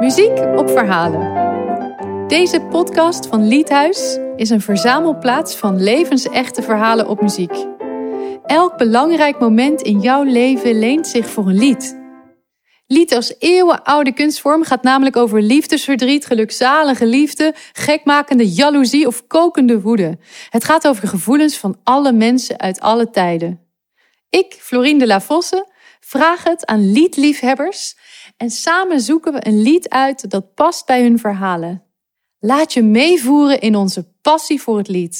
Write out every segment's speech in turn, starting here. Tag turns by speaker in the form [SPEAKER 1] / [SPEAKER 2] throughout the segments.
[SPEAKER 1] Muziek op verhalen. Deze podcast van Liedhuis is een verzamelplaats van levensechte verhalen op muziek. Elk belangrijk moment in jouw leven leent zich voor een lied. Lied als eeuwenoude kunstvorm gaat namelijk over liefdesverdriet, gelukzalige liefde, gekmakende jaloezie of kokende woede. Het gaat over gevoelens van alle mensen uit alle tijden. Ik, Florine de la Fosse, vraag het aan liedliefhebbers en samen zoeken we een lied uit dat past bij hun verhalen. Laat je meevoeren in onze passie voor het lied.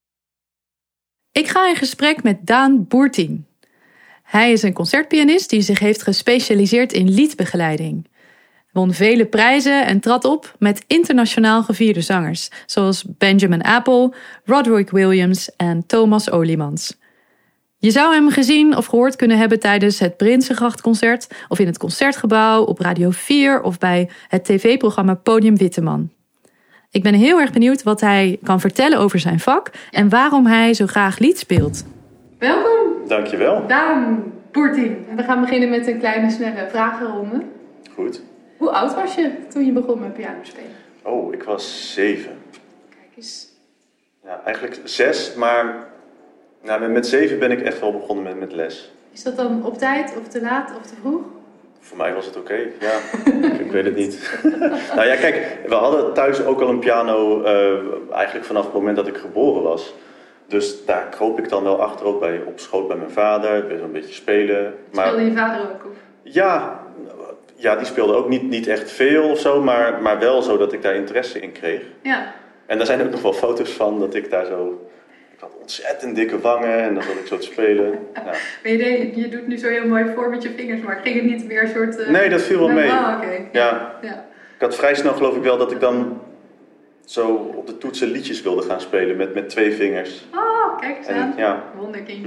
[SPEAKER 1] Ik ga in gesprek met Daan Boertien. Hij is een concertpianist die zich heeft gespecialiseerd in liedbegeleiding. Won vele prijzen en trad op met internationaal gevierde zangers, zoals Benjamin Apple, Roderick Williams en Thomas Oliemans. Je zou hem gezien of gehoord kunnen hebben tijdens het Prinsengrachtconcert of in het Concertgebouw, op Radio 4 of bij het tv-programma Podium Witteman. Ik ben heel erg benieuwd wat hij kan vertellen over zijn vak en waarom hij zo graag lied speelt. Welkom.
[SPEAKER 2] Dankjewel.
[SPEAKER 1] Daan Boertien. We gaan beginnen met een kleine snelle vragenronde.
[SPEAKER 2] Goed.
[SPEAKER 1] Hoe oud was je toen je begon met piano spelen?
[SPEAKER 2] Oh, ik was 7.
[SPEAKER 1] Kijk eens.
[SPEAKER 2] Ja, eigenlijk 6, maar met 7 ben ik echt wel begonnen met les.
[SPEAKER 1] Is dat dan op tijd of te laat of te vroeg?
[SPEAKER 2] Voor mij was het oké, ja. Ik weet het niet. Nou ja, kijk, we hadden thuis ook al een piano eigenlijk vanaf het moment dat ik geboren was. Dus daar kroop ik dan wel achter, ook op schoot bij mijn vader, best een beetje spelen.
[SPEAKER 1] Speelde je vader ook? Of?
[SPEAKER 2] Ja, die speelde ook niet echt veel of zo, maar wel zo dat ik daar interesse in kreeg.
[SPEAKER 1] Ja.
[SPEAKER 2] En daar zijn ook nog wel foto's van, dat ik daar zo... Ik had ontzettend dikke wangen en dan zat ik zo te spelen. Ja.
[SPEAKER 1] Maar je doet nu zo heel mooi voor met je vingers, maar ging het niet meer een soort...
[SPEAKER 2] Nee, dat viel wel mee.
[SPEAKER 1] Okay.
[SPEAKER 2] Ja. Ik had vrij snel geloof ik wel dat ik dan zo op de toetsen liedjes wilde gaan spelen met 2 vingers.
[SPEAKER 1] Oh, kijk eens aan.
[SPEAKER 2] Ja.
[SPEAKER 1] Wonderkind.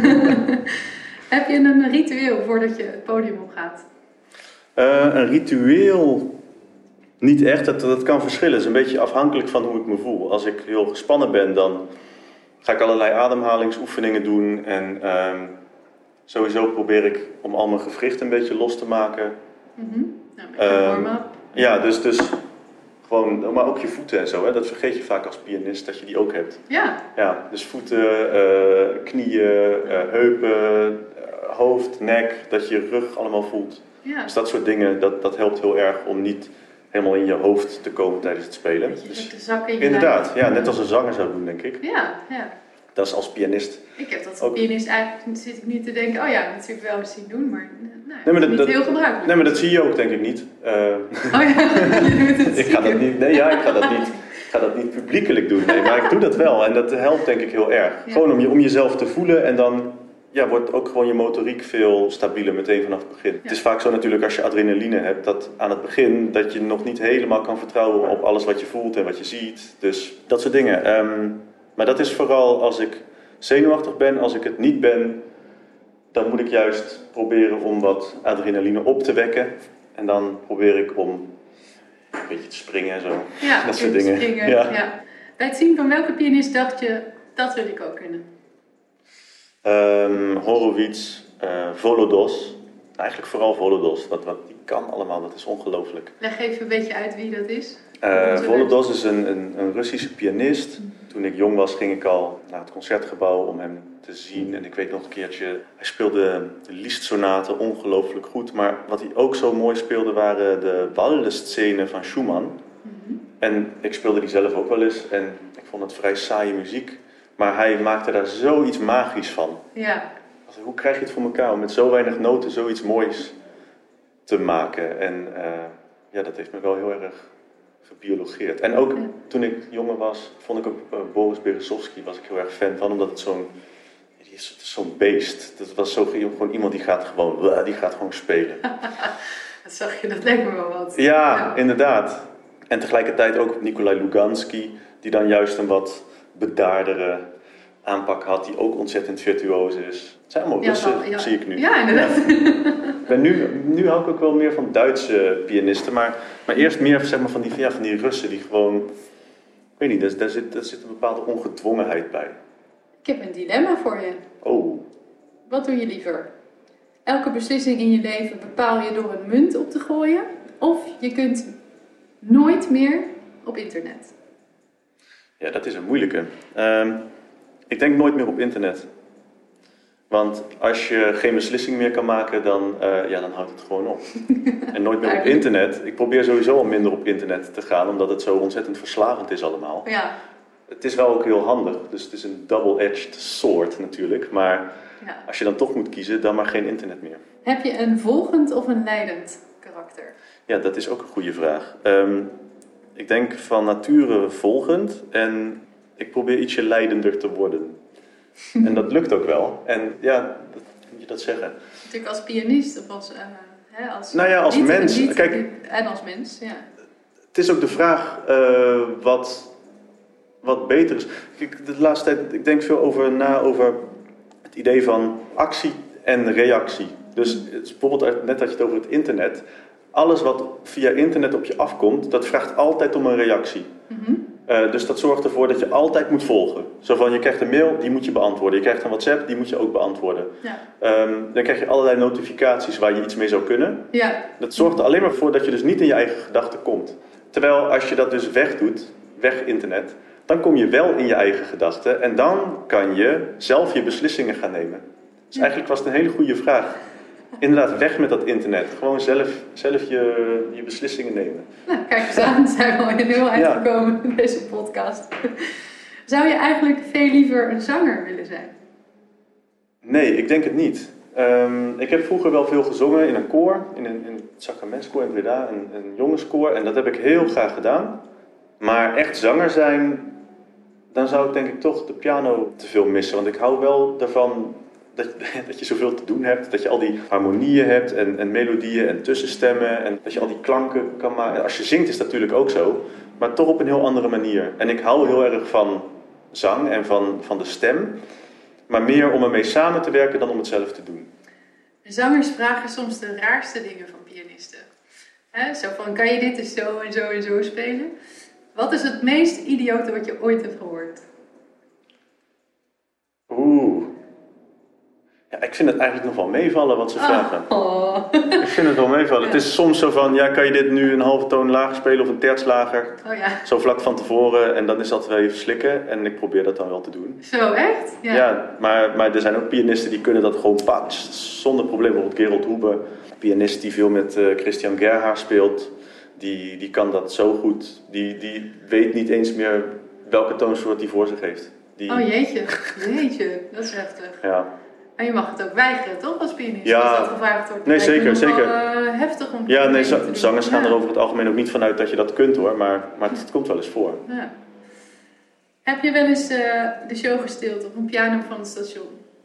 [SPEAKER 1] Heb je een ritueel voordat je het podium opgaat?
[SPEAKER 2] Een ritueel... Niet echt, dat kan verschillen. Het is een beetje afhankelijk van hoe ik me voel. Als ik heel gespannen ben, dan ga ik allerlei ademhalingsoefeningen doen. En sowieso probeer ik om al mijn gewrichten een beetje los te maken.
[SPEAKER 1] Mm-hmm. Nou, een beetje warm-up.
[SPEAKER 2] Ja, dus gewoon, maar ook je voeten en zo. Hè? Dat vergeet je vaak als pianist, dat je die ook hebt.
[SPEAKER 1] Ja.
[SPEAKER 2] Dus voeten, knieën, heupen, hoofd, nek, dat je je rug allemaal voelt.
[SPEAKER 1] Ja.
[SPEAKER 2] Dus dat soort dingen, dat helpt heel erg om niet helemaal in je hoofd te komen tijdens het spelen.
[SPEAKER 1] Dus, de zakken in je
[SPEAKER 2] inderdaad, ja, net als een zanger zou doen, denk ik.
[SPEAKER 1] Ja.
[SPEAKER 2] Dat is als pianist.
[SPEAKER 1] Ik heb dat als pianist eigenlijk, zit ik niet te denken, oh ja, dat zie ik wel eens zien doen, maar
[SPEAKER 2] dat
[SPEAKER 1] niet heel gebruikelijk.
[SPEAKER 2] Nee, maar dat zie je ook, denk ik niet.
[SPEAKER 1] Oh ja, je doet het
[SPEAKER 2] ik ga dat niet. Nee, ja, ik ga dat niet publiekelijk doen, nee, maar ik doe dat wel en dat helpt denk ik heel erg. Ja. Gewoon om jezelf te voelen en dan wordt ook gewoon je motoriek veel stabieler meteen vanaf het begin. Ja. Het is vaak zo natuurlijk als je adrenaline hebt, dat aan het begin dat je nog niet helemaal kan vertrouwen op alles wat je voelt en wat je ziet. Dus dat soort dingen. Maar dat is vooral als ik zenuwachtig ben. Als ik het niet ben, dan moet ik juist proberen om wat adrenaline op te wekken. En dan probeer ik om een beetje te springen en zo.
[SPEAKER 1] Ja,
[SPEAKER 2] dat soort dingen.
[SPEAKER 1] Springen, ja. Bij het zien van welke pianist dacht je, dat wil ik ook kunnen?
[SPEAKER 2] Horowitz, Volodos. Eigenlijk vooral Volodos. Wat die kan allemaal, dat is ongelooflijk.
[SPEAKER 1] Leg even een beetje uit wie dat is.
[SPEAKER 2] Volodos is een Russische pianist. Toen ik jong was, ging ik al naar het Concertgebouw om hem te zien. En ik weet nog een keertje, hij speelde de Liszt-sonaten ongelooflijk goed. Maar wat hij ook zo mooi speelde, waren de Waldeszenen van Schumann. Mm-hmm. En ik speelde die zelf ook wel eens. En ik vond het vrij saaie muziek. Maar hij maakte daar zoiets magisch van.
[SPEAKER 1] Ja.
[SPEAKER 2] Hoe krijg je het voor elkaar om met zo weinig noten zoiets moois te maken? En dat heeft me wel heel erg gebiologeerd. En ook toen ik jonger was, vond ik ook Boris Berezovsky was ik heel erg fan van, omdat het zo'n beest. Dat was gewoon iemand die gaat gewoon spelen.
[SPEAKER 1] Dat zag je, dat lijkt me wel wat.
[SPEAKER 2] Ja, inderdaad. En tegelijkertijd ook Nikolai Lugansky, die dan juist een wat bedaardere aanpak had, die ook ontzettend virtuoos is. Het zijn allemaal Russen, zie ik nu.
[SPEAKER 1] Ja, inderdaad.
[SPEAKER 2] Ja. Nu hou ik ook wel meer van Duitse pianisten, maar eerst meer zeg maar, van die Russen die gewoon, ik weet niet, daar zit een bepaalde ongedwongenheid bij.
[SPEAKER 1] Ik heb een dilemma voor je.
[SPEAKER 2] Oh.
[SPEAKER 1] Wat doe je liever? Elke beslissing in je leven bepaal je door een munt op te gooien? Of je kunt Nooit meer op internet.
[SPEAKER 2] Ja, dat is een moeilijke. Ik denk nooit meer op internet. Want als je geen beslissing meer kan maken, dan houdt het gewoon op. En nooit meer op internet. Ik probeer sowieso al minder op internet te gaan, omdat het zo ontzettend verslavend is allemaal.
[SPEAKER 1] Ja.
[SPEAKER 2] Het is wel ook heel handig, dus het is een double-edged sword natuurlijk. Maar als je dan toch moet kiezen, dan maar geen internet meer.
[SPEAKER 1] Heb je een volgend of een leidend karakter?
[SPEAKER 2] Ja, dat is ook een goede vraag. Ik denk van nature volgend en ik probeer ietsje leidender te worden. En dat lukt ook wel. En ja, dat moet je dat zeggen.
[SPEAKER 1] Natuurlijk als pianist of als
[SPEAKER 2] als mens. Kijk,
[SPEAKER 1] en als mens, ja.
[SPEAKER 2] Het is ook de vraag wat beter is. Kijk, de laatste tijd, ik denk veel over het idee van actie en reactie. Dus het is bijvoorbeeld net dat je het over het internet. Alles wat via internet op je afkomt, dat vraagt altijd om een reactie. Mm-hmm. Dus dat zorgt ervoor dat je altijd moet volgen. Zo van, je krijgt een mail, die moet je beantwoorden. Je krijgt een WhatsApp, die moet je ook beantwoorden. Ja. Dan krijg je allerlei notificaties waar je iets mee zou kunnen. Ja. Dat zorgt er alleen maar voor dat je dus niet in je eigen gedachten komt. Terwijl als je dat dus wegdoet, weg internet, dan kom je wel in je eigen gedachten. En dan kan je zelf je beslissingen gaan nemen. Dus eigenlijk was het een hele goede vraag. Inderdaad, weg met dat internet. Gewoon zelf je beslissingen nemen.
[SPEAKER 1] Nou, kijk eens aan, zijn we al heel uitgekomen in deze podcast. Zou je eigenlijk veel liever een zanger willen zijn?
[SPEAKER 2] Nee, ik denk het niet. Ik heb vroeger wel veel gezongen in een koor, in het sacramentskoor in Breda, een jongenskoor. En dat heb ik heel graag gedaan. Maar echt zanger zijn, dan zou ik denk ik toch de piano te veel missen. Want ik hou wel daarvan dat je zoveel te doen hebt. Dat je al die harmonieën hebt en melodieën en tussenstemmen. En dat je al die klanken kan maken. Als je zingt is dat natuurlijk ook zo. Maar toch op een heel andere manier. En ik hou heel erg van zang en van de stem. Maar meer om ermee samen te werken dan om het zelf te doen.
[SPEAKER 1] Zangers vragen soms de raarste dingen van pianisten. Zo van, kan je dit dus zo en zo en zo spelen? Wat is het meest idiote wat je ooit hebt gehoord?
[SPEAKER 2] Ja, ik vind het eigenlijk nog wel meevallen wat ze vragen. Ik vind het wel meevallen. Ja. Het is soms zo van, kan je dit nu een halve toon lager spelen of een terts lager? Oh ja. Zo vlak van tevoren en dan is dat wel even slikken en ik probeer dat dan wel te doen.
[SPEAKER 1] Zo, echt?
[SPEAKER 2] Ja, maar er zijn ook pianisten die kunnen dat gewoon zonder probleem. Bijvoorbeeld Gerold Hoebe, een pianist die veel met Christian Gerhard speelt. Die kan dat zo goed. Die weet niet eens meer welke toonsoort hij voor zich heeft.
[SPEAKER 1] Oh jeetje, dat is heftig.
[SPEAKER 2] Ja.
[SPEAKER 1] En je mag het ook weigeren, toch, als pianist?
[SPEAKER 2] Ja.
[SPEAKER 1] Als dat gevraagd wordt.
[SPEAKER 2] Nee, zeker.
[SPEAKER 1] Heftig om
[SPEAKER 2] zangers gaan er over het algemeen ook niet vanuit dat je dat kunt, hoor. Maar het komt wel eens voor.
[SPEAKER 1] Ja. Heb je wel eens de show gestild op een piano van het station?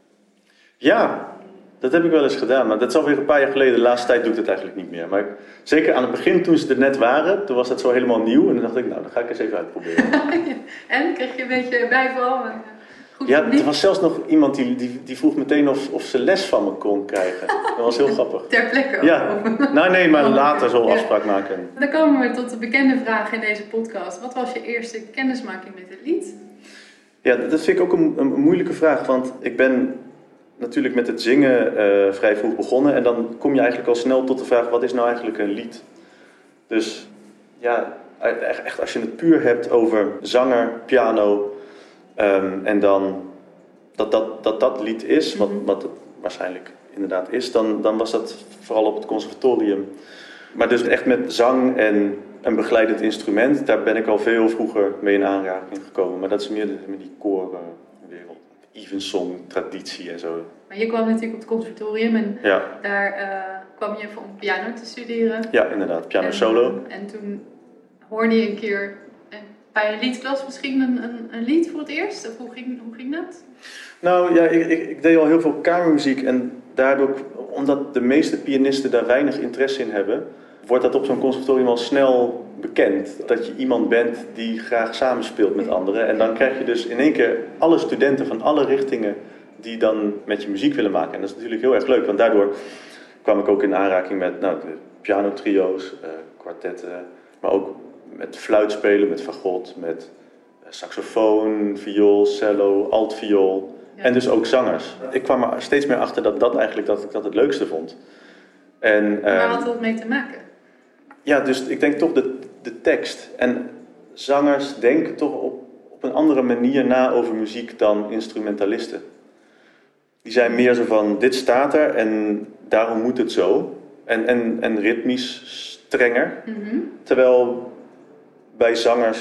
[SPEAKER 2] Ja, dat heb ik wel eens gedaan. Maar dat is alweer een paar jaar geleden. De laatste tijd doe ik het eigenlijk niet meer. Maar zeker aan het begin, toen ze er net waren, toen was dat zo helemaal nieuw. En dan dacht ik, dan ga ik eens even uitproberen.
[SPEAKER 1] En? Kreeg je een beetje bijval?
[SPEAKER 2] Ja, er was zelfs nog iemand die vroeg meteen of ze les van me kon krijgen. Dat was heel grappig.
[SPEAKER 1] Ter plekke?
[SPEAKER 2] Ja. Nee, maar later zo afspraak maken.
[SPEAKER 1] Dan komen we tot de bekende vraag in deze podcast. Wat was je eerste kennismaking met het lied?
[SPEAKER 2] Ja, dat vind ik ook een moeilijke vraag. Want ik ben natuurlijk met het zingen vrij vroeg begonnen. En dan kom je eigenlijk al snel tot de vraag, wat is nou eigenlijk een lied? Dus ja, echt als je het puur hebt over zanger, piano... en dan dat lied is, wat het waarschijnlijk inderdaad is, dan was dat vooral op het conservatorium. Maar dus echt met zang en een begeleidend instrument, daar ben ik al veel vroeger mee in aanraking gekomen. Maar dat is meer die koorwereld, evensong, traditie en zo.
[SPEAKER 1] Maar je kwam natuurlijk op het conservatorium en daar kwam je om piano te studeren.
[SPEAKER 2] Ja, inderdaad, piano solo.
[SPEAKER 1] En toen hoorde je een keer... Bij een liedklas misschien een lied voor het eerst? Of hoe ging dat?
[SPEAKER 2] Nou ja, ik deed al heel veel kamermuziek. En daardoor, omdat de meeste pianisten daar weinig interesse in hebben... wordt dat op zo'n conservatorium al snel bekend. Dat je iemand bent die graag samenspeelt met anderen. En dan krijg je dus in één keer alle studenten van alle richtingen... die dan met je muziek willen maken. En dat is natuurlijk heel erg leuk. Want daardoor kwam ik ook in aanraking met de pianotrio's, kwartetten... maar ook... met fluit spelen, met fagot, met saxofoon, viool, cello, altviool. Ja. En dus ook zangers. Ik kwam er steeds meer achter dat ik dat het leukste vond. En,
[SPEAKER 1] waar had dat mee te maken?
[SPEAKER 2] Ja, dus ik denk toch de tekst. En zangers denken toch op een andere manier na over muziek dan instrumentalisten. Die zijn meer zo van, dit staat er en daarom moet het zo. En ritmisch strenger. Mm-hmm. Terwijl bij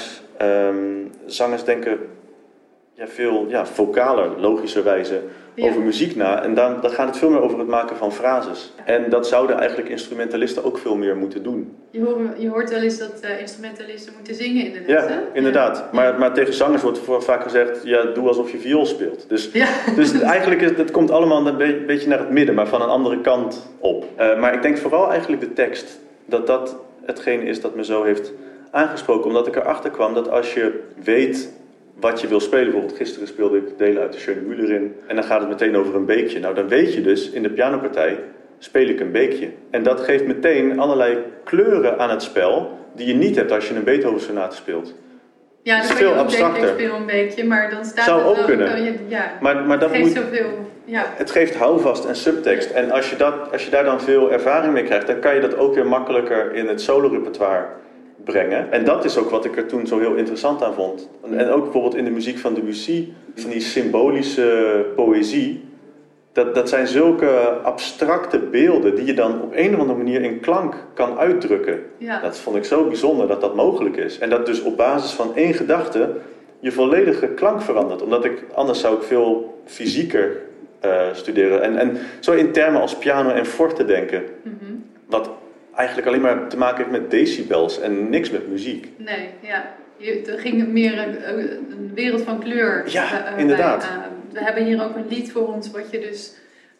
[SPEAKER 2] zangers denken veel vocaler, logischerwijze, over muziek na. En dan gaat het veel meer over het maken van frases. En dat zouden eigenlijk instrumentalisten ook veel meer moeten doen.
[SPEAKER 1] Je hoort wel eens dat instrumentalisten moeten zingen inderdaad.
[SPEAKER 2] Ja, inderdaad. Ja. Maar tegen zangers wordt vaak gezegd, doe alsof je viool speelt. Dus eigenlijk het komt allemaal een beetje naar het midden, maar van een andere kant op. Maar ik denk vooral eigenlijk de tekst, dat hetgene is dat me zo heeft aangesproken. Omdat ik erachter kwam dat als je weet wat je wil spelen, bijvoorbeeld gisteren speelde ik delen uit de Schöne Müllerin en dan gaat het meteen over een beekje. Nou, dan weet je dus, in de pianopartij speel ik een beekje. En dat geeft meteen allerlei kleuren aan het spel die je niet hebt als je een Beethoven-sonate speelt.
[SPEAKER 1] Ja, dan kan je ook denken, ik speel een beekje, maar dan staat
[SPEAKER 2] zou
[SPEAKER 1] het
[SPEAKER 2] ook kunnen. Maar dat
[SPEAKER 1] geeft zoveel. Ja.
[SPEAKER 2] Het geeft houvast en subtekst. En als je daar dan veel ervaring mee krijgt, dan kan je dat ook weer makkelijker in het solo-repertoire brengen. En dat is ook wat ik er toen zo heel interessant aan vond. En ook bijvoorbeeld in de muziek van Debussy, van die symbolische poëzie. Dat zijn zulke abstracte beelden die je dan op een of andere manier in klank kan uitdrukken. Ja. Dat vond ik zo bijzonder dat dat mogelijk is. En dat dus op basis van één gedachte je volledige klank verandert. Omdat anders zou ik veel fysieker studeren. En zo in termen als piano en forte denken. Mm-hmm. Wat eigenlijk alleen maar te maken heeft met decibels en niks met muziek.
[SPEAKER 1] Nee, ja. Er ging meer een wereld van kleur.
[SPEAKER 2] Ja, inderdaad.
[SPEAKER 1] We hebben hier ook een lied voor ons, wat je dus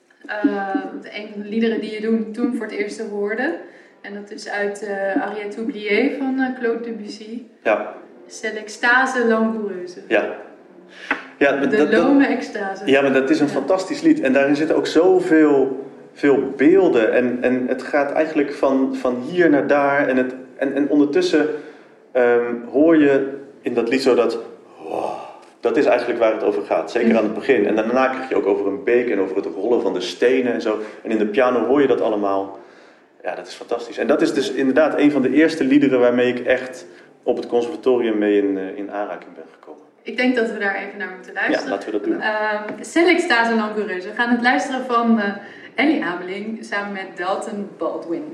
[SPEAKER 1] een van de liederen die je toen voor het eerst hoorde. En dat is uit Ariette Oubliée van Claude Debussy.
[SPEAKER 2] Ja.
[SPEAKER 1] C'est l'extase langoureuse.
[SPEAKER 2] Ja.
[SPEAKER 1] De lome extase.
[SPEAKER 2] Ja, maar dat is een fantastisch lied. En daarin zitten ook zoveel beelden. En het gaat eigenlijk van hier naar daar. En ondertussen hoor je in dat lied zo dat... dat is eigenlijk waar het over gaat. Zeker aan het begin. En daarna krijg je ook over een beek en over het rollen van de stenen en zo. En in de piano hoor je dat allemaal. Ja, dat is fantastisch. En dat is dus inderdaad een van de eerste liederen waarmee ik echt op het conservatorium mee in aanraking ben gekomen.
[SPEAKER 1] Ik denk dat we daar even naar moeten luisteren.
[SPEAKER 2] Ja, laten we dat doen.
[SPEAKER 1] C'est l'extase langoureuse. We gaan het luisteren van Ellie Ameling samen met Dalton Baldwin.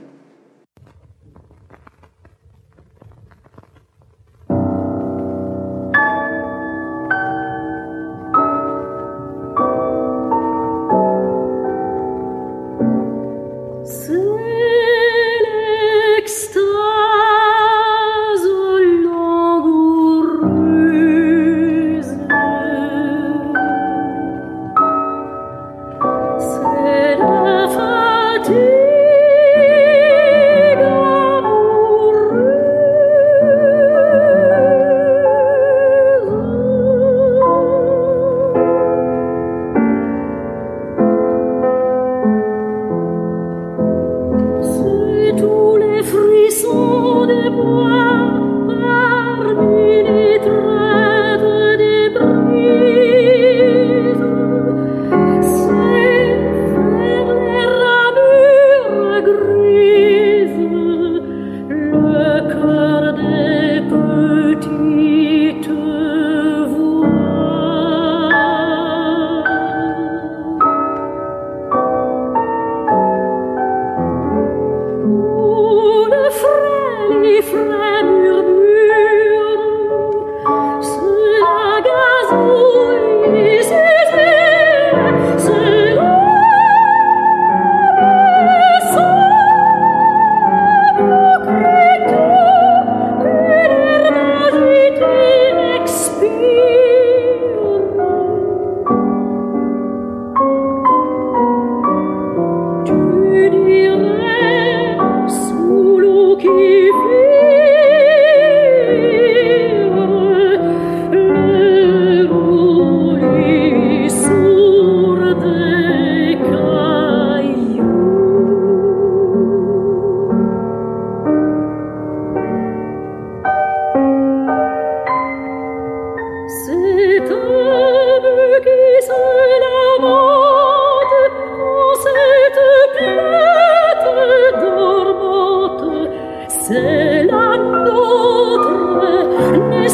[SPEAKER 3] C'est la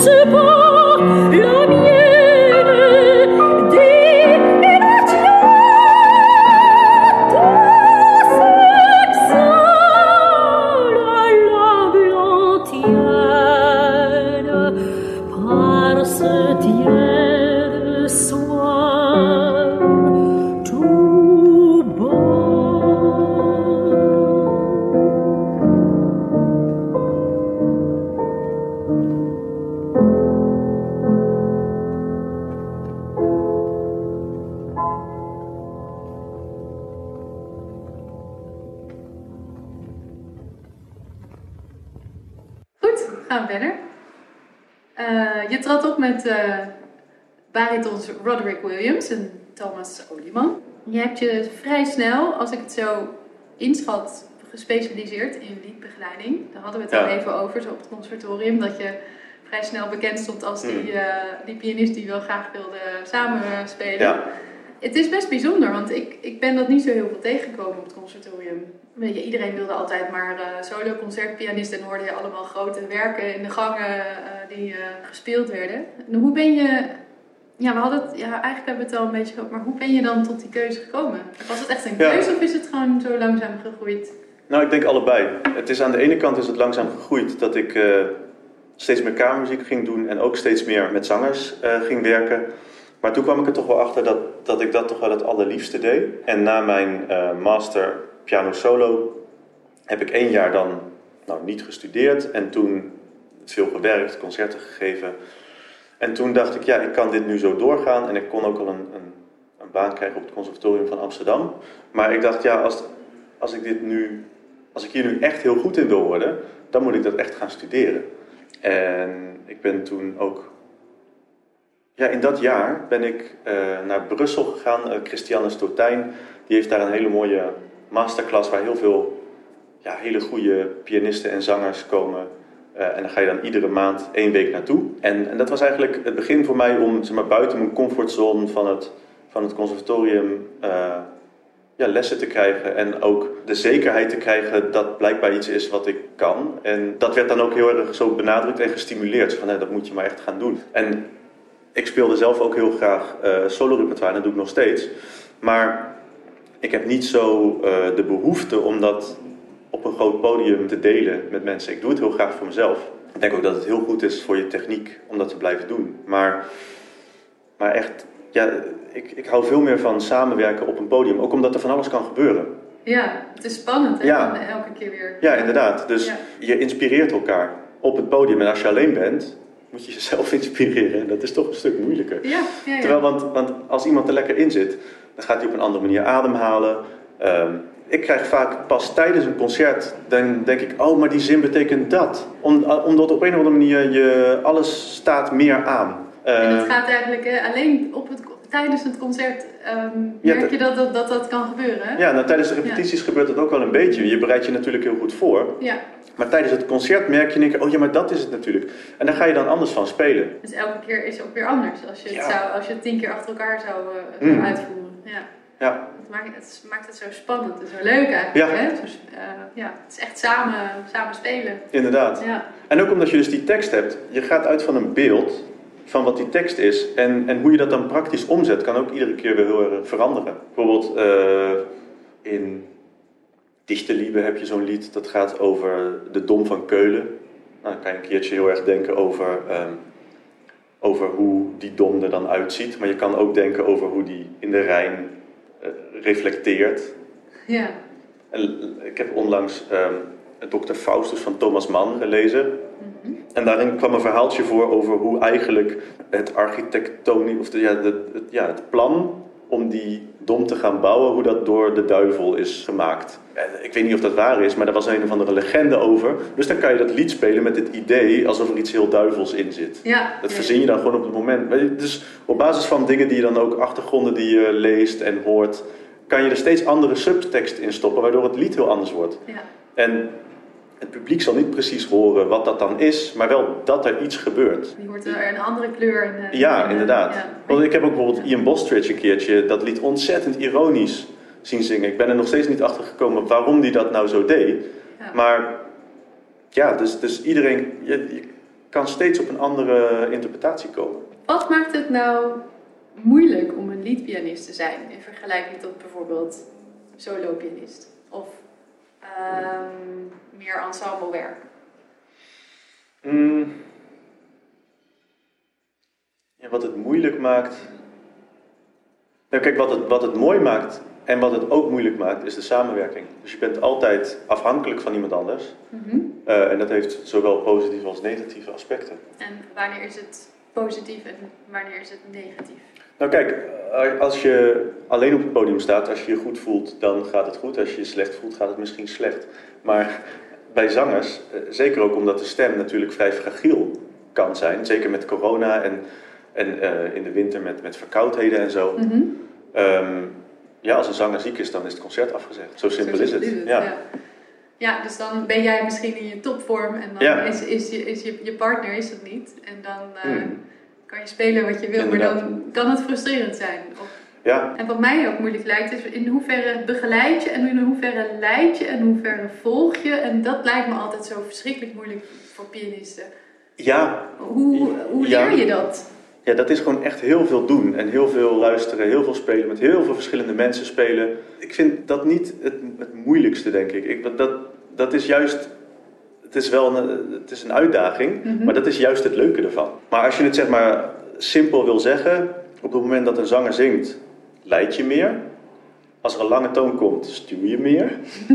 [SPEAKER 1] Gaan we verder. Je trad op met baritons Roderick Williams en Thomas Oliman. Je hebt je vrij snel, als ik het zo inschat, gespecialiseerd in liedbegeleiding. Daar hadden we het al even over, zo op het conservatorium, dat je vrij snel bekend stond als die pianist die wel graag wilde samenspelen. Ja. Het is best bijzonder, want ik ben dat niet zo heel veel tegengekomen op het conservatorium. Weet je, iedereen wilde altijd maar solo-concertpianist en hoorde je allemaal grote werken in de gangen die gespeeld werden. En hoe ben je... Ja, eigenlijk hebben we het al een beetje over, maar hoe ben je dan tot die keuze gekomen? Was het echt een keuze of is het gewoon zo langzaam gegroeid?
[SPEAKER 2] Nou, ik denk allebei. Het is aan de ene kant is het langzaam gegroeid dat ik steeds meer kamermuziek ging doen en ook steeds meer met zangers ging werken. Maar toen kwam ik er toch wel achter dat ik dat toch wel het allerliefste deed. En na mijn master piano solo heb ik 1 jaar dan niet gestudeerd en toen veel gewerkt, concerten gegeven. En toen dacht ik, ik kan dit nu zo doorgaan. En ik kon ook al een baan krijgen op het conservatorium van Amsterdam. Maar ik dacht, als ik hier nu echt heel goed in wil worden, dan moet ik dat echt gaan studeren. En ik ben toen ook... in dat jaar ben ik naar Brussel gegaan. Christiane Stotijn, die heeft daar een hele mooie masterclass waar heel veel hele goede pianisten en zangers komen. En dan ga je dan iedere maand 1 week naartoe. En dat was eigenlijk het begin voor mij om buiten mijn comfortzone van het conservatorium lessen te krijgen. En ook de zekerheid te krijgen dat blijkbaar iets is wat ik kan. En dat werd dan ook heel erg zo benadrukt en gestimuleerd. Van dat moet je maar echt gaan doen. En ik speelde zelf ook heel graag solo-repertoire, dat doe ik nog steeds. Maar ik heb niet zo de behoefte om dat op een groot podium te delen met mensen. Ik doe het heel graag voor mezelf. Ik denk ook dat het heel goed is voor je techniek om dat te blijven doen. Maar echt, ik hou veel meer van samenwerken op een podium. Ook omdat er van alles kan gebeuren.
[SPEAKER 1] Ja, het is spannend hè? Elke keer weer.
[SPEAKER 2] Ja, inderdaad. Dus je inspireert elkaar op het podium. En als je alleen bent, moet je jezelf inspireren. En dat is toch een stuk moeilijker.
[SPEAKER 1] Ja.
[SPEAKER 2] Terwijl, want als iemand er lekker in zit, dan gaat hij op een andere manier ademhalen. Ik krijg vaak pas tijdens een concert, dan denk ik, maar die zin betekent dat. Omdat op een of andere manier alles staat meer aan.
[SPEAKER 1] En dat gaat eigenlijk alleen tijdens het concert merk je dat kan gebeuren. Hè?
[SPEAKER 2] Ja, tijdens de repetities gebeurt dat ook wel een beetje. Je bereidt je natuurlijk heel goed voor.
[SPEAKER 1] Ja. Maar
[SPEAKER 2] tijdens het concert merk je, maar dat is het natuurlijk. En daar ga je dan anders van spelen.
[SPEAKER 1] Dus elke keer is het ook weer anders als je het 10 keer achter elkaar zou uitvoeren. Ja. Het maakt het zo spannend en zo leuk eigenlijk. Hè? Het is echt samen spelen.
[SPEAKER 2] Inderdaad. Ja. En ook omdat je dus die tekst hebt. Je gaat uit van een beeld van wat die tekst is. En hoe je dat dan praktisch omzet kan ook iedere keer weer heel erg veranderen. Bijvoorbeeld in Dichte Liebe heb je zo'n lied dat gaat over de Dom van Keulen. Dan kan je een keertje heel erg denken over hoe die Dom er dan uitziet. Maar je kan ook denken over hoe die in de Rijn reflecteert.
[SPEAKER 1] Ja.
[SPEAKER 2] En ik heb onlangs Dr. Faustus van Thomas Mann gelezen. Mm-hmm. En daarin kwam een verhaaltje voor over hoe eigenlijk het architectonisch, of het plan om die Dom te gaan bouwen, hoe dat door de duivel is gemaakt. Ik weet niet of dat waar is, maar er was een of andere legende over. Dus dan kan je dat lied spelen met het idee alsof er iets heel duivels in zit.
[SPEAKER 1] Ja,
[SPEAKER 2] dat verzin je dan gewoon op het moment. Dus op basis van dingen die je dan ook, achtergronden die je leest en hoort, kan je er steeds andere subtekst in stoppen, waardoor het lied heel anders wordt.
[SPEAKER 1] Ja.
[SPEAKER 2] En het publiek zal niet precies horen wat dat dan is, maar wel dat er iets gebeurt.
[SPEAKER 1] Die wordt er een andere kleur in.
[SPEAKER 2] Inderdaad. Ja. Want ik heb ook bijvoorbeeld Ian Bostridge een keertje dat lied ontzettend ironisch zien zingen. Ik ben er nog steeds niet achter gekomen waarom hij dat nou zo deed. Ja. Maar dus iedereen... kan steeds op een andere interpretatie komen.
[SPEAKER 1] Wat maakt het nou moeilijk om een liedpianist te zijn in vergelijking tot bijvoorbeeld solo-pianist of meer ensemblewerk?
[SPEAKER 2] Ja, wat het moeilijk maakt... Nou, kijk, wat het mooi maakt en wat het ook moeilijk maakt, is de samenwerking. Dus je bent altijd afhankelijk van iemand anders.
[SPEAKER 1] Mm-hmm.
[SPEAKER 2] En dat heeft zowel positieve als negatieve aspecten.
[SPEAKER 1] En wanneer is het positief en wanneer is het negatief?
[SPEAKER 2] Nou kijk, als je alleen op het podium staat, als je je goed voelt, dan gaat het goed. Als je je slecht voelt, gaat het misschien slecht. Maar bij zangers, zeker ook omdat de stem natuurlijk vrij fragiel kan zijn, zeker met corona en in de winter met verkoudheden en zo.
[SPEAKER 1] Mm-hmm.
[SPEAKER 2] Als een zanger ziek is, dan is het concert afgezegd. Zo simpel is het.
[SPEAKER 1] Ja, dus dan ben jij misschien in je topvorm en dan is je partner is het niet. En dan kan je spelen wat je wil, inderdaad. Maar dan kan het frustrerend zijn. En wat mij ook moeilijk lijkt, is in hoeverre begeleid je en in hoeverre leid je en in hoeverre volg je. En dat lijkt me altijd zo verschrikkelijk moeilijk voor pianisten.
[SPEAKER 2] Ja.
[SPEAKER 1] Hoe leer je dat?
[SPEAKER 2] Ja, dat is gewoon echt heel veel doen en heel veel luisteren, heel veel spelen, met heel veel verschillende mensen spelen. Ik vind dat niet het moeilijkste, denk ik. Dat is juist, het is een uitdaging, maar dat is juist het leuke ervan. Maar als je het zeg maar simpel wil zeggen, op het moment dat een zanger zingt, leid je meer. Als er een lange toon komt, stuw je meer.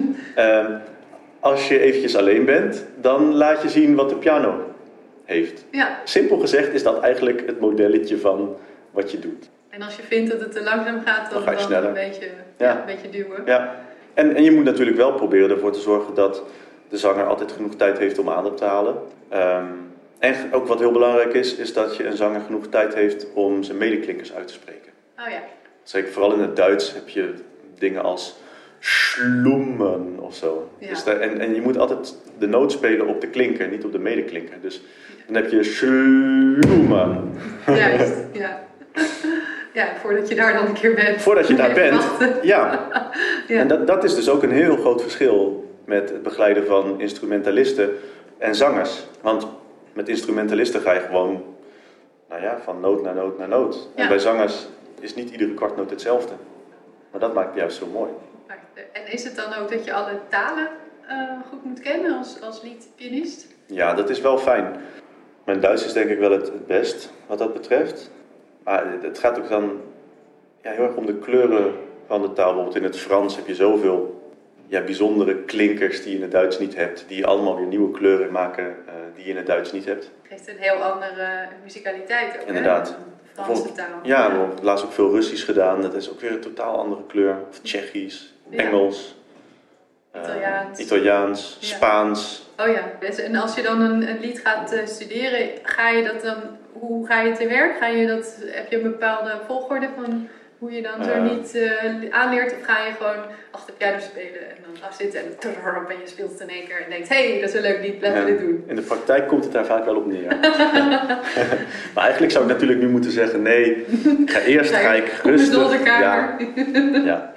[SPEAKER 2] Als je eventjes alleen bent, dan laat je zien wat de piano heeft. Ja. Simpel gezegd is dat eigenlijk het modelletje van wat je doet.
[SPEAKER 1] En als je vindt dat het te langzaam gaat, dan een beetje duwen.
[SPEAKER 2] Ja. En je moet natuurlijk wel proberen ervoor te zorgen dat de zanger altijd genoeg tijd heeft om adem te halen. En ook wat heel belangrijk is dat je een zanger genoeg tijd heeft om zijn medeklinkers uit te spreken.
[SPEAKER 1] Oh ja.
[SPEAKER 2] Zeker vooral in het Duits heb je dingen als schlummen of zo. Ja. Dus en je moet altijd de noot spelen op de klinker, niet op de medeklinker. Dus dan heb je schlummen.
[SPEAKER 1] Juist, ja. Ja, voordat je daar dan een keer bent.
[SPEAKER 2] Voordat je daar bent, ja. En dat is dus ook een heel groot verschil met het begeleiden van instrumentalisten en zangers. Want met instrumentalisten ga je gewoon van noot naar noot naar noot. Ja. En bij zangers is niet iedere kwartnoot hetzelfde. Maar dat maakt het juist zo mooi.
[SPEAKER 1] En is het dan ook dat je alle talen goed moet kennen als liedpianist?
[SPEAKER 2] Ja, dat is wel fijn. Mijn Duits is denk ik wel het best wat dat betreft. Maar het gaat ook dan heel erg om de kleuren van de taal. Bijvoorbeeld in het Frans heb je zoveel bijzondere klinkers die je in het Duits niet hebt. Die allemaal weer nieuwe kleuren maken die je in het Duits niet hebt.
[SPEAKER 1] Het heeft een heel andere musicaliteit ook.
[SPEAKER 2] Inderdaad.
[SPEAKER 1] De Franse taal.
[SPEAKER 2] Ja, we hebben laatst ook veel Russisch gedaan. Dat is ook weer een totaal andere kleur. Of Tsjechisch, Engels. Italiaans, Spaans.
[SPEAKER 1] Oh ja, en als je dan een lied gaat studeren, hoe ga je te werk? Heb je een bepaalde volgorde van hoe je dan zo'n lied aanleert? Of ga je gewoon achter de piano spelen en dan afzitten en je speelt het in één keer en denkt, hey, dat is een leuk lied, laten we dit doen.
[SPEAKER 2] In de praktijk komt het daar vaak wel op neer. Maar eigenlijk zou ik natuurlijk nu moeten zeggen, nee, ga ik rustig. Ja.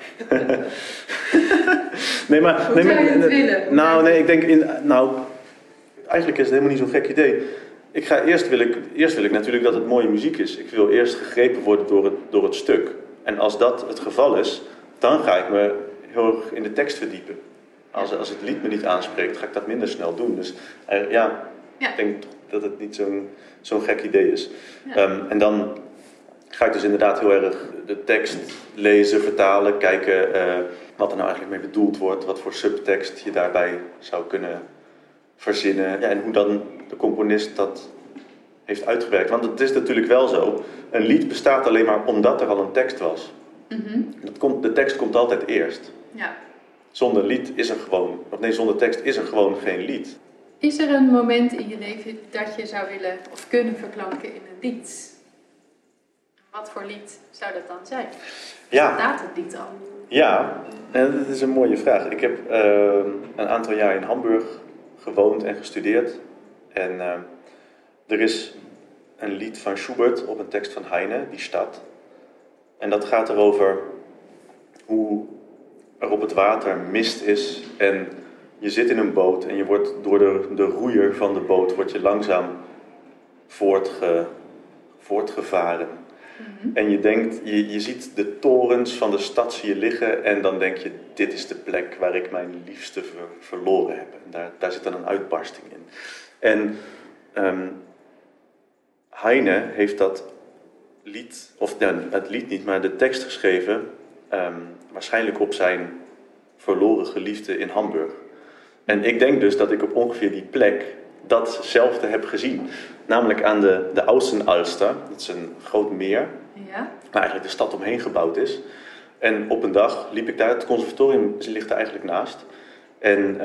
[SPEAKER 2] Ik denk eigenlijk is het helemaal niet zo'n gek idee. Eerst wil ik natuurlijk dat het mooie muziek is. Ik wil eerst gegrepen worden door het stuk. En als dat het geval is, dan ga ik me heel erg in de tekst verdiepen. Als het lied me niet aanspreekt, ga ik dat minder snel doen. Dus ik denk dat het niet zo'n gek idee is. Ja. En dan ga ik dus inderdaad heel erg de tekst lezen, vertalen, kijken wat er nou eigenlijk mee bedoeld wordt, wat voor subtekst je daarbij zou kunnen verzinnen. Ja, en hoe dan de componist dat heeft uitgewerkt. Want het is natuurlijk wel zo, een lied bestaat alleen maar omdat er al een tekst was. Mm-hmm. De tekst komt altijd eerst. Ja. Zonder tekst is er gewoon geen lied.
[SPEAKER 1] Is er een moment in je leven dat je zou willen of kunnen verklanken in een lied? Wat voor lied zou dat dan zijn?
[SPEAKER 2] Ja.
[SPEAKER 1] Staat het lied al?
[SPEAKER 2] Ja, en dat is een mooie vraag. Ik heb een aantal jaar in Hamburg gewoond en gestudeerd. En er is een lied van Schubert op een tekst van Heine, Die Stad. En dat gaat erover hoe er op het water mist is en je zit in een boot en je wordt door de roeier van de boot langzaam voortgevaren. En je denkt, je ziet de torens van de stad zie je liggen en dan denk je, dit is de plek waar ik mijn liefste verloren heb. En daar zit dan een uitbarsting in. En Heine heeft dat lied, of het lied niet, maar de tekst geschreven, waarschijnlijk op zijn verloren geliefde in Hamburg. En ik denk dus dat ik op ongeveer die plek datzelfde heb gezien. Namelijk aan de Außenalster, dat is een groot meer, waar eigenlijk de stad omheen gebouwd is. En op een dag liep ik daar, het conservatorium ligt er eigenlijk naast. En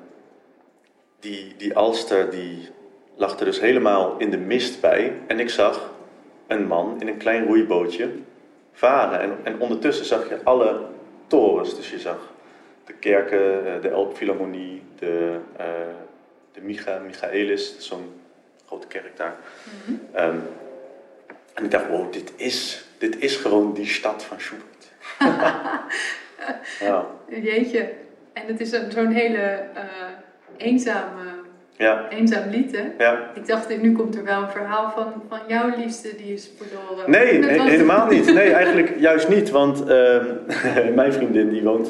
[SPEAKER 2] die Alster die lag er dus helemaal in de mist bij. En ik zag een man in een klein roeibootje varen. En ondertussen zag je alle torens. Dus je zag de kerken, de Elbphilharmonie, de Michaelis, zo'n grote kerk daar. En ik dacht, wow, dit is gewoon die stad van Schubert.
[SPEAKER 1] Ja. Jeetje. En het is zo'n hele eenzaam lied, hè? Ja. Ik dacht, nu komt er wel een verhaal van jouw liefste die is verloren.
[SPEAKER 2] Nee, helemaal niet. Nee, eigenlijk juist niet. Want mijn vriendin die woont...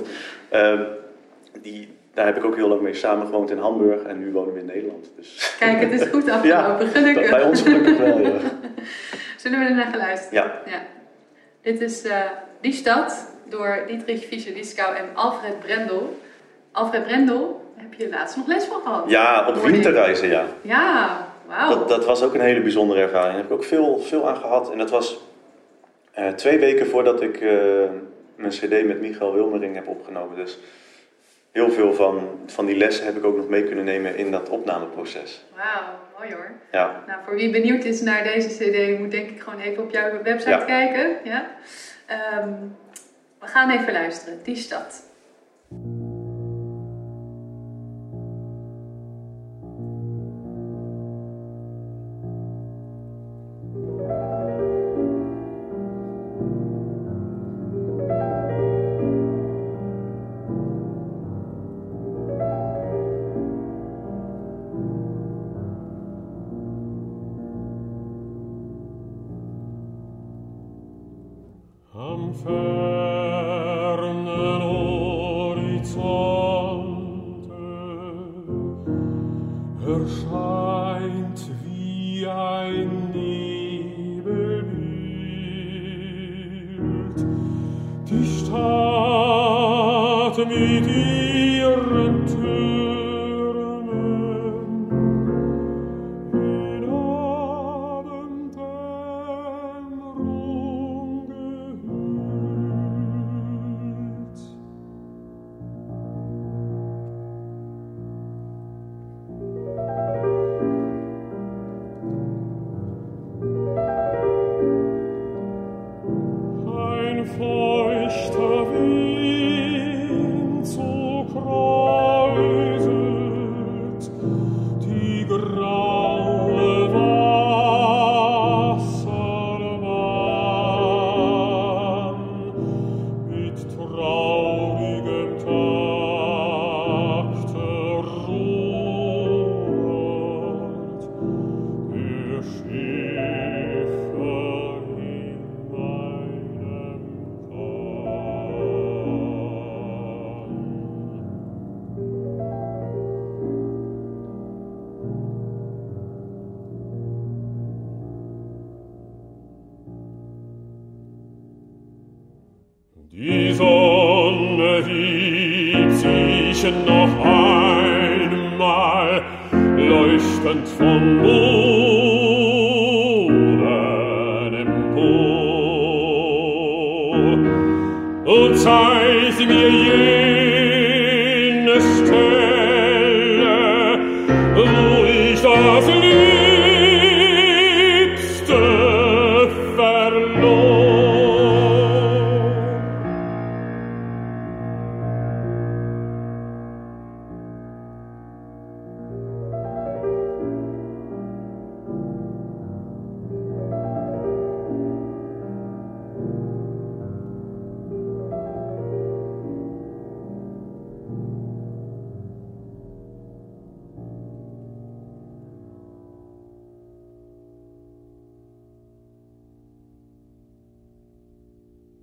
[SPEAKER 2] daar heb ik ook heel lang mee samengewoond in Hamburg. En nu wonen we in Nederland. Dus.
[SPEAKER 1] Kijk, het is goed afgelopen, gelukkig.
[SPEAKER 2] Bij ons gelukkig wel, ja.
[SPEAKER 1] Zullen we er naar geluisteren?
[SPEAKER 2] Ja.
[SPEAKER 1] Dit is Die Stad door Dietrich Fischer-Dieskau en Alfred Brendel. Alfred Brendel, heb je laatst nog les van gehad?
[SPEAKER 2] Ja, op winterreizen, ja.
[SPEAKER 1] Ja, wauw.
[SPEAKER 2] Dat was ook een hele bijzondere ervaring. Daar heb ik ook veel aan gehad. En dat was 2 weken voordat ik mijn cd met Michael Wilmering heb opgenomen. Dus heel veel van die lessen heb ik ook nog mee kunnen nemen in dat opnameproces.
[SPEAKER 1] Wauw, mooi hoor.
[SPEAKER 2] Ja.
[SPEAKER 1] Nou, voor wie benieuwd is naar deze cd, moet denk ik gewoon even op jouw website kijken. Ja? We gaan even luisteren. Die Stad.
[SPEAKER 3] Am fernen Horizonte erscheint wie ein Nebelbild die Stadt mit ihren Türmen in Abenddämmerung gehüllt. Ein feuchter Wind so kräuselt die graue Wasserbahn mit traurigem Takte ruht der Schiffer in meinem Kahn. Die Sonne hebt sich noch einmal leuchtend vom Boden empor und zeigt mir jene Stelle, wo ich das Liebste verlor.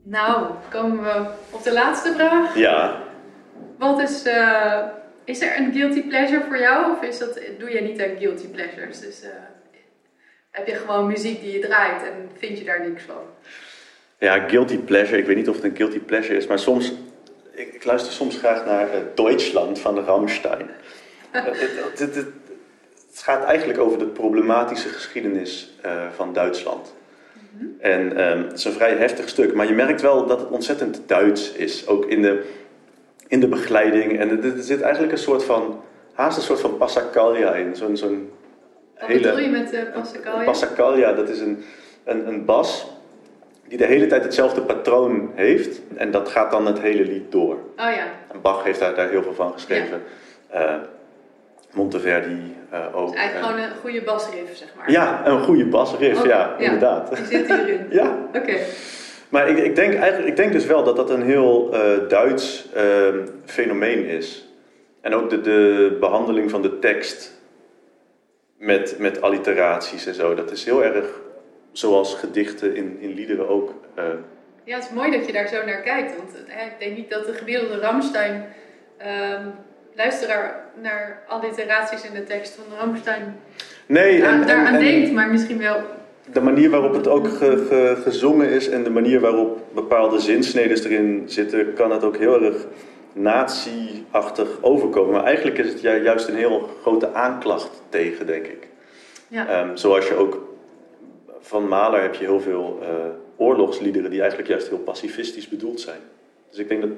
[SPEAKER 1] Nou, komen we op de laatste vraag.
[SPEAKER 2] Ja.
[SPEAKER 1] Wat is er een guilty pleasure voor jou? Of doe je niet aan guilty pleasures? Dus heb je gewoon muziek die je draait en vind je daar niks van? Ja,
[SPEAKER 2] guilty pleasure. Ik weet niet of het een guilty pleasure is, maar soms... Ik luister soms graag naar Deutschland van de Rammstein. Het gaat eigenlijk over de problematische geschiedenis van Duitsland. Mm-hmm. En het is een vrij heftig stuk, maar je merkt wel dat het ontzettend Duits is. Ook in de begeleiding. En er zit eigenlijk een soort van passacaglia in.
[SPEAKER 1] Wat bedoel je met passacaglia?
[SPEAKER 2] Passacaglia, dat is een bas die de hele tijd hetzelfde patroon heeft. En dat gaat dan het hele lied door.
[SPEAKER 1] Oh ja.
[SPEAKER 2] En Bach heeft daar heel veel van geschreven. Ja. Monteverdi ook.
[SPEAKER 1] Dus eigenlijk gewoon een goede basriff, zeg maar.
[SPEAKER 2] Ja, een goede basriff, ja, inderdaad.
[SPEAKER 1] Die zit hierin.
[SPEAKER 2] Ja.
[SPEAKER 1] Oké.
[SPEAKER 2] Maar ik denk dus wel dat dat een heel Duits fenomeen is. En ook de behandeling van de tekst met alliteraties en zo. Dat is heel erg zoals gedichten in liederen ook.
[SPEAKER 1] Ja, het is mooi dat je daar zo naar kijkt. Want ik denk niet dat de gemiddelde Rammstein luisteraar naar alliteraties in de tekst van Rammstein daaraan denkt, maar misschien wel...
[SPEAKER 2] De manier waarop het ook gezongen is en de manier waarop bepaalde zinsneden erin zitten, kan het ook heel erg nazi-achtig overkomen. Maar eigenlijk is het juist een heel grote aanklacht tegen, denk ik. Ja. Zoals je ook van Mahler heb je heel veel oorlogsliederen die eigenlijk juist heel pacifistisch bedoeld zijn. Dus ik denk dat...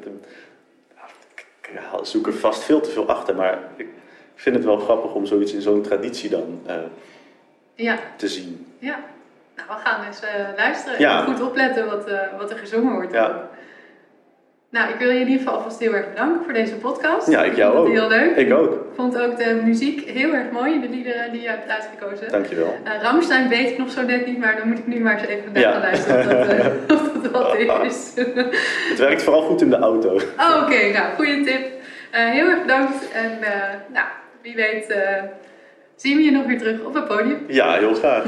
[SPEAKER 2] Ik zoek er vast veel te veel achter, maar ik vind het wel grappig om zoiets in zo'n traditie dan te zien.
[SPEAKER 1] Ja, nou, we gaan eens luisteren en goed opletten wat er gezongen wordt.
[SPEAKER 2] Ja.
[SPEAKER 1] Nou, ik wil je in ieder geval alvast heel erg bedanken voor deze podcast.
[SPEAKER 2] Ja, ik jou ook.
[SPEAKER 1] Heel leuk.
[SPEAKER 2] Ik ook.
[SPEAKER 1] Ik vond ook de muziek heel erg mooi, de liederen die je hebt uitgekozen.
[SPEAKER 2] Dankjewel.
[SPEAKER 1] Rammstein weet ik nog zo net niet, maar dan moet ik nu maar eens even naar gaan luisteren of dat wat is.
[SPEAKER 2] Het werkt vooral goed in de auto.
[SPEAKER 1] Oké, nou, goede tip. Heel erg bedankt en wie weet zien we je nog weer terug op het podium.
[SPEAKER 2] Ja, heel graag.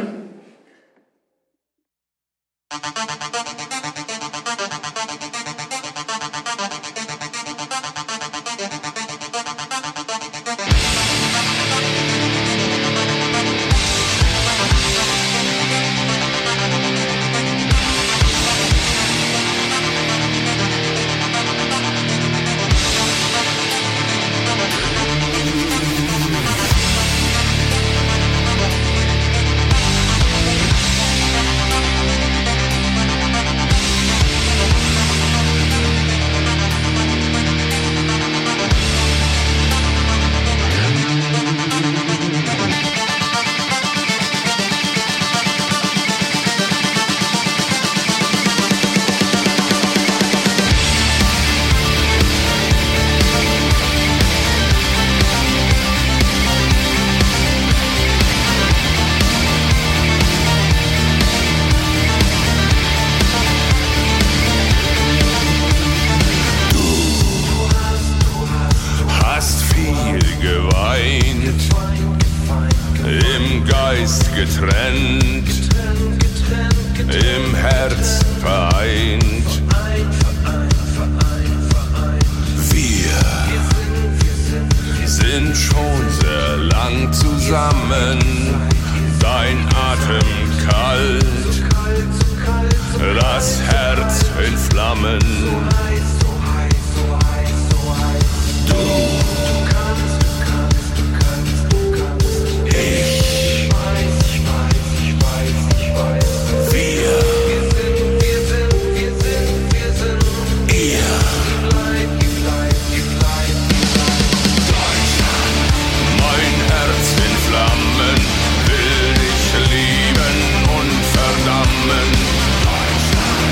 [SPEAKER 4] Getrennt, im Herz vereint. Wir sind schon sehr lang zusammen, dein Atem kalt, das Herz in Flammen.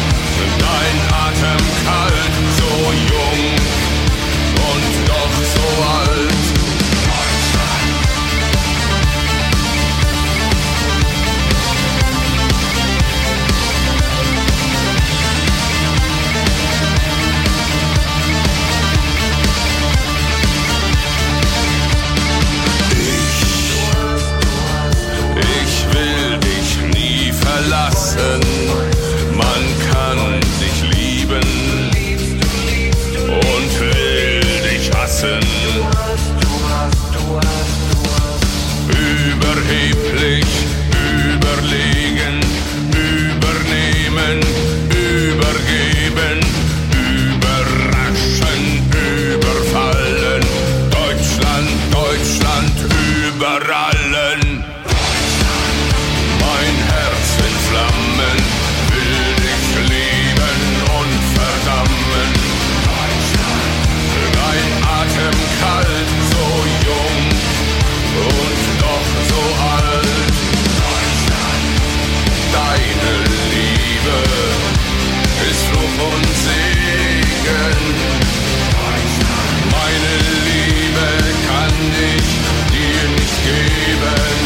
[SPEAKER 4] Dein Atem kalt, so jung und doch so über allen. Mein Herz in Flammen will dich lieben und verdammen. Dein Atem kalt, so jung und doch so alt. Deine Liebe ist Fluch und Segen. Meine Liebe kann ich dir nicht geben.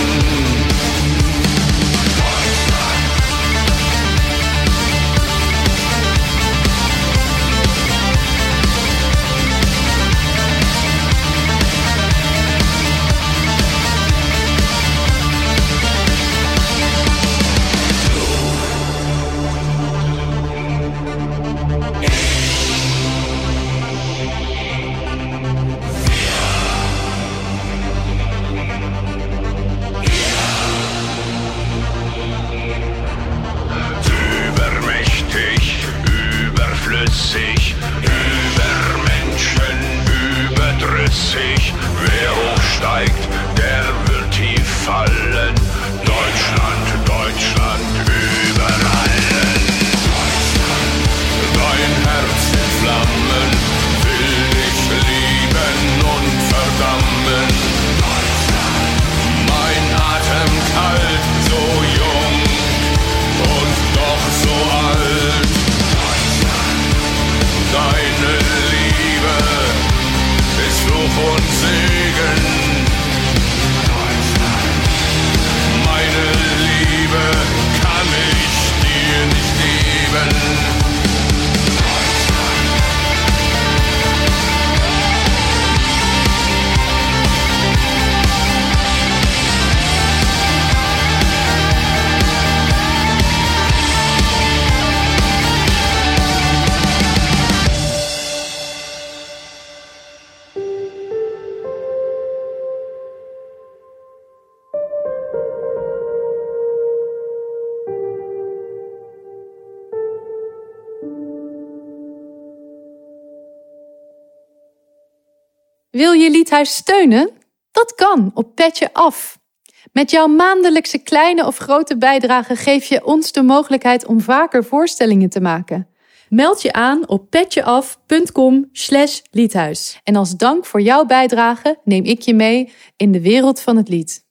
[SPEAKER 4] Übermächtig, überflüssig, über Menschen, überdrüssig. Wer hochsteigt, der wird tief fallen. Deutschland, Deutschland über allen. Dein Herz in Flammen will dich lieben und verdammen. Mein Atem kalt, so jung und doch so alt. Deine Liebe ist Fluch und Segen. Meine Liebe kann ich dir nicht geben.
[SPEAKER 1] Wil je Liedhuis steunen? Dat kan op Petje Af. Met jouw maandelijkse kleine of grote bijdrage geef je ons de mogelijkheid om vaker voorstellingen te maken. Meld je aan op petjeaf.com/liedhuis. En als dank voor jouw bijdrage neem ik je mee in de wereld van het lied.